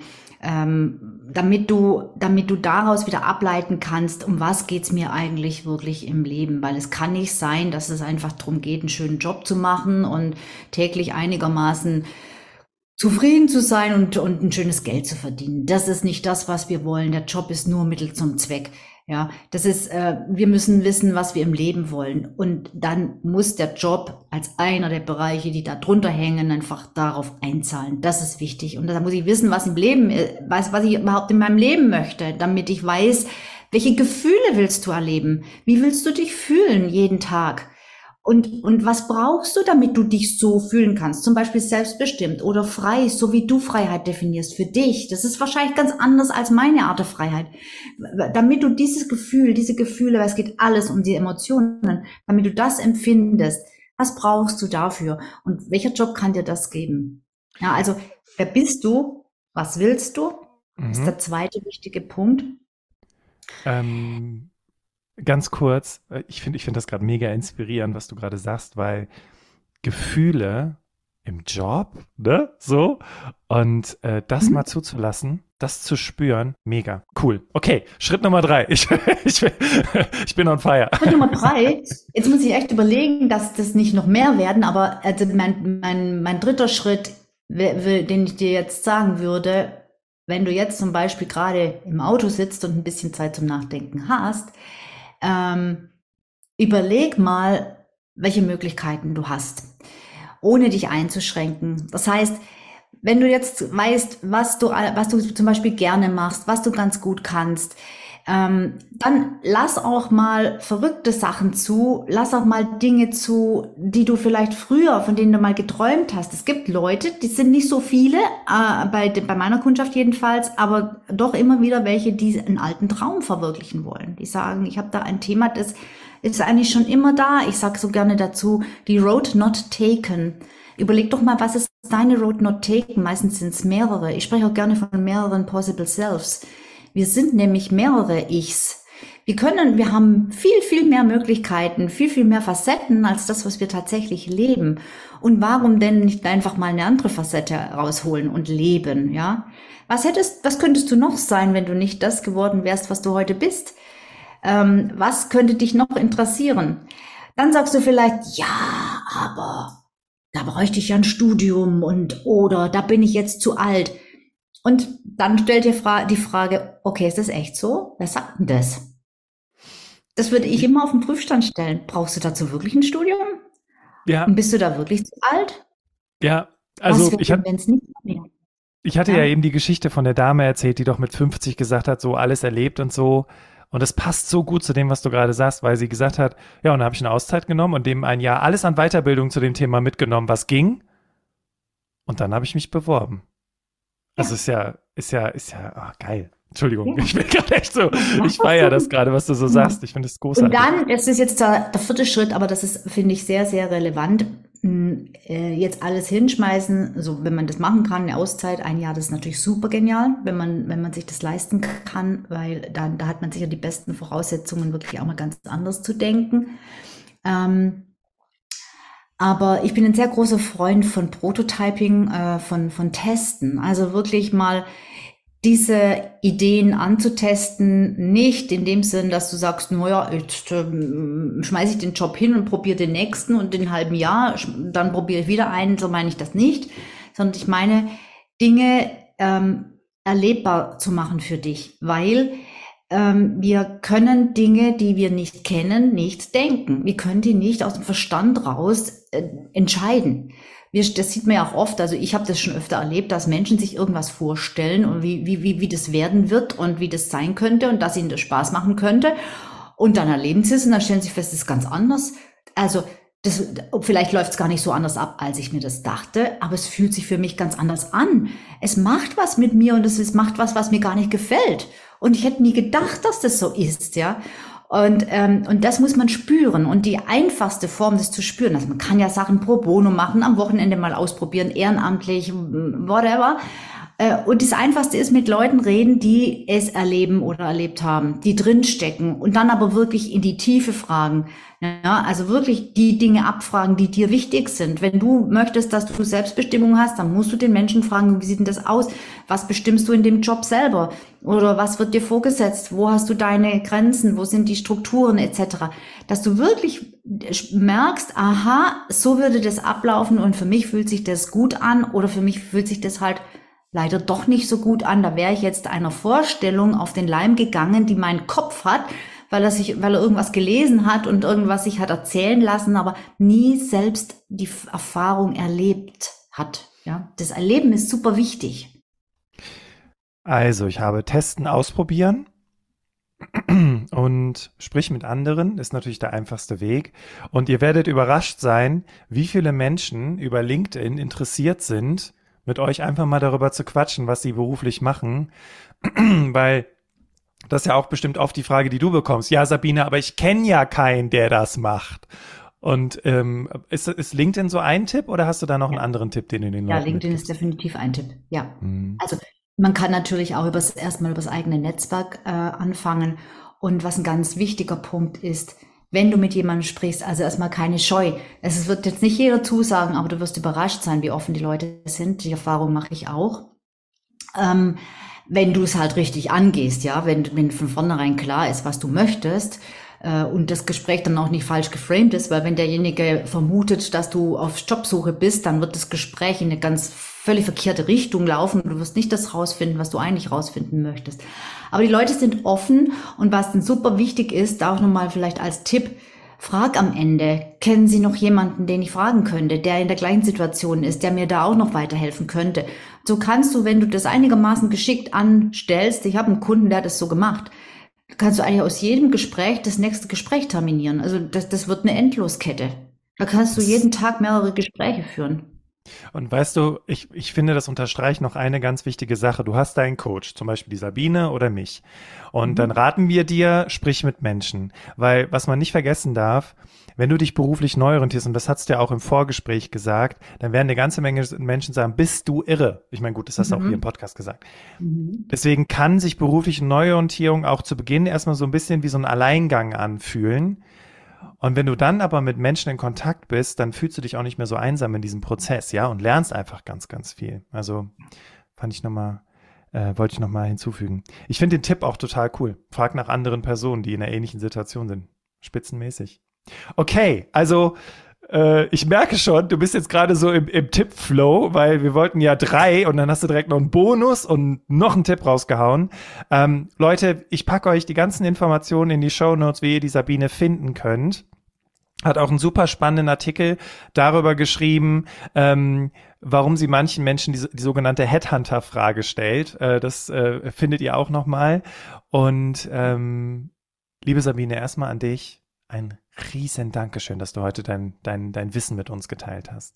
Damit du, damit du daraus wieder ableiten kannst, um was geht's mir eigentlich wirklich im Leben. Weil es kann nicht sein, dass es einfach darum geht, einen schönen Job zu machen und täglich einigermaßen zufrieden zu sein und, und ein schönes Geld zu verdienen. Das ist nicht das, was wir wollen. Der Job ist nur Mittel zum Zweck. Ja, das ist, äh, wir müssen wissen, was wir im Leben wollen. Und dann muss der Job als einer der Bereiche, die da drunter hängen, einfach darauf einzahlen. Das ist wichtig. Und da muss ich wissen, was im Leben, was, was ich überhaupt in meinem Leben möchte, damit ich weiß, welche Gefühle willst du erleben? Wie willst du dich fühlen jeden Tag? Und, und was brauchst du, damit du dich so fühlen kannst? Zum Beispiel selbstbestimmt oder frei, so wie du Freiheit definierst für dich. Das ist wahrscheinlich ganz anders als meine Art der Freiheit. Damit du dieses Gefühl, diese Gefühle, weil es geht alles um die Emotionen, damit du das empfindest, was brauchst du dafür? Und welcher Job kann dir das geben? Ja, also, wer bist du? Was willst du? Das ist Mhm. der zweite wichtige Punkt. Ähm, ganz kurz, äh, ich finde ich finde das gerade mega inspirierend, was du gerade sagst, weil Gefühle im Job, ne, so, und äh, das Mhm. mal zuzulassen, das zu spüren, mega cool. Okay, Schritt Nummer drei. Ich, ich, ich bin on fire. Schritt Nummer drei, jetzt muss ich echt überlegen, dass das nicht noch mehr werden, aber also mein, mein, mein dritter Schritt, wer- will- den ich dir jetzt sagen würde, wenn du jetzt zum Beispiel gerade im Auto sitzt und ein bisschen Zeit zum Nachdenken hast, ähm, überleg mal, welche Möglichkeiten du hast, ohne dich einzuschränken. Das heißt, wenn du jetzt weißt, was du, was du zum Beispiel gerne machst, was du ganz gut kannst, ähm, dann lass auch mal verrückte Sachen zu, lass auch mal Dinge zu, die du vielleicht früher, von denen du mal geträumt hast. Es gibt Leute, die sind nicht so viele, äh, bei, bei meiner Kundschaft jedenfalls, aber doch immer wieder welche, die einen alten Traum verwirklichen wollen. Die sagen, ich habe da ein Thema, das ist eigentlich schon immer da. Ich sage so gerne dazu, die Road not taken. Überleg doch mal, was ist deine Road not taken? Meistens sind es mehrere. Ich spreche auch gerne von mehreren possible selves. Wir sind nämlich mehrere Ichs. Wir können, wir haben viel, viel mehr Möglichkeiten, viel, viel mehr Facetten als das, was wir tatsächlich leben. Und warum denn nicht einfach mal eine andere Facette rausholen und leben, ja? Was hättest, was könntest du noch sein, wenn du nicht das geworden wärst, was du heute bist? Ähm, was könnte dich noch interessieren? Dann sagst du vielleicht, ja, aber da bräuchte ich ja ein Studium und oder da bin ich jetzt zu alt. Und dann stellt dir fra- die Frage, okay, ist das echt so? Wer sagt denn das? Das würde ich immer auf den Prüfstand stellen. Brauchst du dazu wirklich ein Studium? Und Ja, bist du da wirklich zu alt? ja, Was also wäre ich denn, hatte wenn es nicht mehr? ich hatte ja Ja? eben die Geschichte von der Dame erzählt, die doch mit fünfzig gesagt hat, so alles erlebt und so. Und das passt so gut zu dem, was du gerade sagst, weil sie gesagt hat, ja, und dann habe ich eine Auszeit genommen und dem ein Jahr alles an Weiterbildung zu dem Thema mitgenommen, was ging. Und dann habe ich mich beworben. Also Ja, ist ja, ist ja, ist ja, ah, geil. Entschuldigung, ja. ich bin gerade echt so, Mach ich was feiere das du. gerade, was du so Ja. sagst. Ich finde es Und großartig. dann, es ist jetzt der, der vierte Schritt, aber das ist, finde ich, sehr, sehr relevant. Hm, äh, Jetzt alles hinschmeißen, so wenn man das machen kann, eine Auszeit, ein Jahr, das ist natürlich super genial, wenn man, wenn man sich das leisten kann, weil dann, da hat man sicher die besten Voraussetzungen, wirklich auch mal ganz anders zu denken. Ähm, aber ich bin ein sehr großer Freund von Prototyping, äh, von, von Testen. Also wirklich mal diese Ideen anzutesten, nicht in dem Sinn, dass du sagst, naja, jetzt ähm, schmeiße ich den Job hin und probiere den nächsten und in einem halben Jahr, dann probiere ich wieder einen, so meine ich das nicht, sondern ich meine, Dinge ähm, erlebbar zu machen für dich, weil ähm, wir können Dinge, die wir nicht kennen, nicht denken. Wir können die nicht aus dem Verstand raus äh, entscheiden. Wir, das sieht man ja auch oft, also ich habe das schon öfter erlebt, dass Menschen sich irgendwas vorstellen und wie, wie, wie, wie das werden wird und wie das sein könnte und dass ihnen das Spaß machen könnte. Und dann erleben sie es und dann stellen sie fest, das ist ganz anders. Also das, vielleicht läuft es gar nicht so anders ab, als ich mir das dachte, aber es fühlt sich für mich ganz anders an. Es macht was mit mir und es ist, macht was, was mir gar nicht gefällt. Und ich hätte nie gedacht, dass das so ist, ja. Und, ähm, und das muss man spüren. Und die einfachste Form, das zu spüren, also man kann ja Sachen pro bono machen, am Wochenende mal ausprobieren, ehrenamtlich, whatever. Äh, und das Einfachste ist mit Leuten reden, die es erleben oder erlebt haben, die drinstecken und dann aber wirklich in die Tiefe fragen. Ja, also wirklich die Dinge abfragen, die dir wichtig sind. Wenn du möchtest, dass du Selbstbestimmung hast, dann musst du den Menschen fragen, wie sieht denn das aus? Was bestimmst du in dem Job selber? Oder was wird dir vorgesetzt? Wo hast du deine Grenzen? Wo sind die Strukturen et cetera? Dass du wirklich merkst, aha, so würde das ablaufen und für mich fühlt sich das gut an oder für mich fühlt sich das halt leider doch nicht so gut an. Da wäre ich jetzt einer Vorstellung auf den Leim gegangen, die mein Kopf hat, weil er sich, weil er irgendwas gelesen hat und irgendwas sich hat erzählen lassen, aber nie selbst die Erfahrung erlebt hat. Ja, das Erleben ist super wichtig. Also, ich habe testen, ausprobieren. und sprich mit anderen, ist natürlich der einfachste Weg. Und ihr werdet überrascht sein, wie viele Menschen über LinkedIn interessiert sind, mit euch einfach mal darüber zu quatschen, was sie beruflich machen, weil das ist ja auch bestimmt oft die Frage, die du bekommst. Ja, Sabine, aber ich kenne ja keinen, der das macht. Und ähm, ist, ist LinkedIn so ein Tipp oder hast du da noch einen anderen Tipp, den du den Ja, Leuten LinkedIn mitgibst? ist definitiv ein Tipp. Ja. Mhm. Also man kann natürlich auch übers, erstmal über das eigene Netzwerk äh, anfangen. Und was ein ganz wichtiger Punkt ist, wenn du mit jemandem sprichst, also erstmal keine Scheu. Es wird jetzt nicht jeder zusagen, aber du wirst überrascht sein, wie offen die Leute sind. Die Erfahrung mache ich auch. Ähm, wenn du es halt richtig angehst, ja, wenn, wenn von vornherein klar ist, was du möchtest, äh, und das Gespräch dann auch nicht falsch geframed ist, weil wenn derjenige vermutet, dass du auf Jobsuche bist, dann wird das Gespräch in eine ganz völlig verkehrte Richtung laufen. Du wirst nicht das rausfinden, was du eigentlich rausfinden möchtest. Aber die Leute sind offen, und was dann super wichtig ist, da auch nochmal vielleicht als Tipp, frag am Ende, kennen Sie noch jemanden, den ich fragen könnte, der in der gleichen Situation ist, der mir da auch noch weiterhelfen könnte. So kannst du, wenn du das einigermaßen geschickt anstellst, ich habe einen Kunden, der hat das so gemacht, kannst du eigentlich aus jedem Gespräch das nächste Gespräch terminieren. Also das, das wird eine Endloskette. Da kannst du jeden Tag mehrere Gespräche führen. Und weißt du, ich, ich finde, das unterstreicht noch eine ganz wichtige Sache. Du hast deinen Coach, zum Beispiel die Sabine oder mich. Und mhm. dann raten wir dir, sprich mit Menschen. Weil was man nicht vergessen darf, wenn du dich beruflich neu orientierst, und das hast du ja auch im Vorgespräch gesagt, dann werden eine ganze Menge Menschen sagen, bist du irre? Ich meine, gut, das hast du mhm. auch hier im Podcast gesagt. Mhm. Deswegen kann sich berufliche Neuorientierung auch zu Beginn erstmal so ein bisschen wie so ein Alleingang anfühlen. Und wenn du dann aber mit Menschen in Kontakt bist, dann fühlst du dich auch nicht mehr so einsam in diesem Prozess, ja, und lernst einfach ganz, ganz viel. Also fand ich nochmal, äh, wollte ich nochmal hinzufügen. Ich finde den Tipp auch total cool. Frag nach anderen Personen, die in einer ähnlichen Situation sind. Spitzenmäßig. Okay, also äh, ich merke schon, du bist jetzt gerade so im, im Tipp-Flow, weil wir wollten ja drei und dann hast du direkt noch einen Bonus und noch einen Tipp rausgehauen. Ähm, Leute, ich packe euch die ganzen Informationen in die Shownotes, wie ihr die Sabine finden könnt. Hat auch einen super spannenden Artikel darüber geschrieben, ähm, warum sie manchen Menschen die, die sogenannte Headhunter-Frage stellt. Äh, das äh, findet ihr auch nochmal. Und ähm, liebe Sabine, erstmal an dich ein riesen Dankeschön, dass du heute dein, dein, dein Wissen mit uns geteilt hast.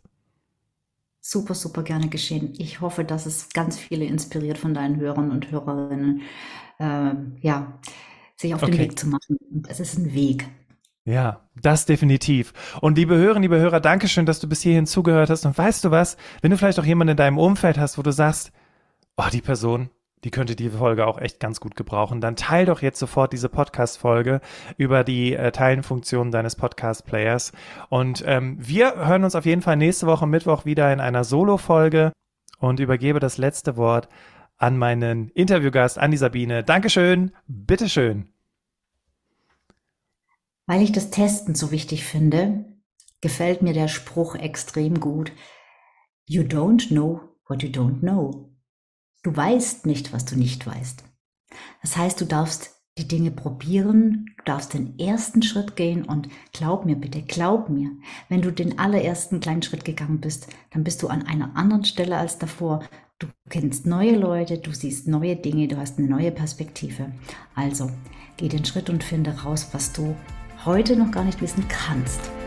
Super, super gerne geschehen. Ich hoffe, dass es ganz viele inspiriert von deinen Hörern und Hörerinnen, äh, ja, sich auf okay. den Weg zu machen. Und es ist ein Weg. Ja, das definitiv. Und liebe Hörerinnen, liebe Hörer, Dankeschön, dass du bis hierhin zugehört hast. Und weißt du was, wenn du vielleicht auch jemanden in deinem Umfeld hast, wo du sagst, oh, die Person, die könnte die Folge auch echt ganz gut gebrauchen, dann teil doch jetzt sofort diese Podcast-Folge über die äh, Teilenfunktion deines Podcast-Players. Und ähm, wir hören uns auf jeden Fall nächste Woche Mittwoch wieder in einer Solo-Folge und übergebe das letzte Wort an meinen Interviewgast, an die Sabine. Dankeschön, bitteschön. Weil ich das Testen so wichtig finde, gefällt mir der Spruch extrem gut. You don't know what you don't know. Du weißt nicht, was du nicht weißt. Das heißt, du darfst die Dinge probieren, du darfst den ersten Schritt gehen und glaub mir bitte, glaub mir, wenn du den allerersten kleinen Schritt gegangen bist, dann bist du an einer anderen Stelle als davor. Du kennst neue Leute, du siehst neue Dinge, du hast eine neue Perspektive. Also, geh den Schritt und finde raus, was du heute noch gar nicht wissen kannst.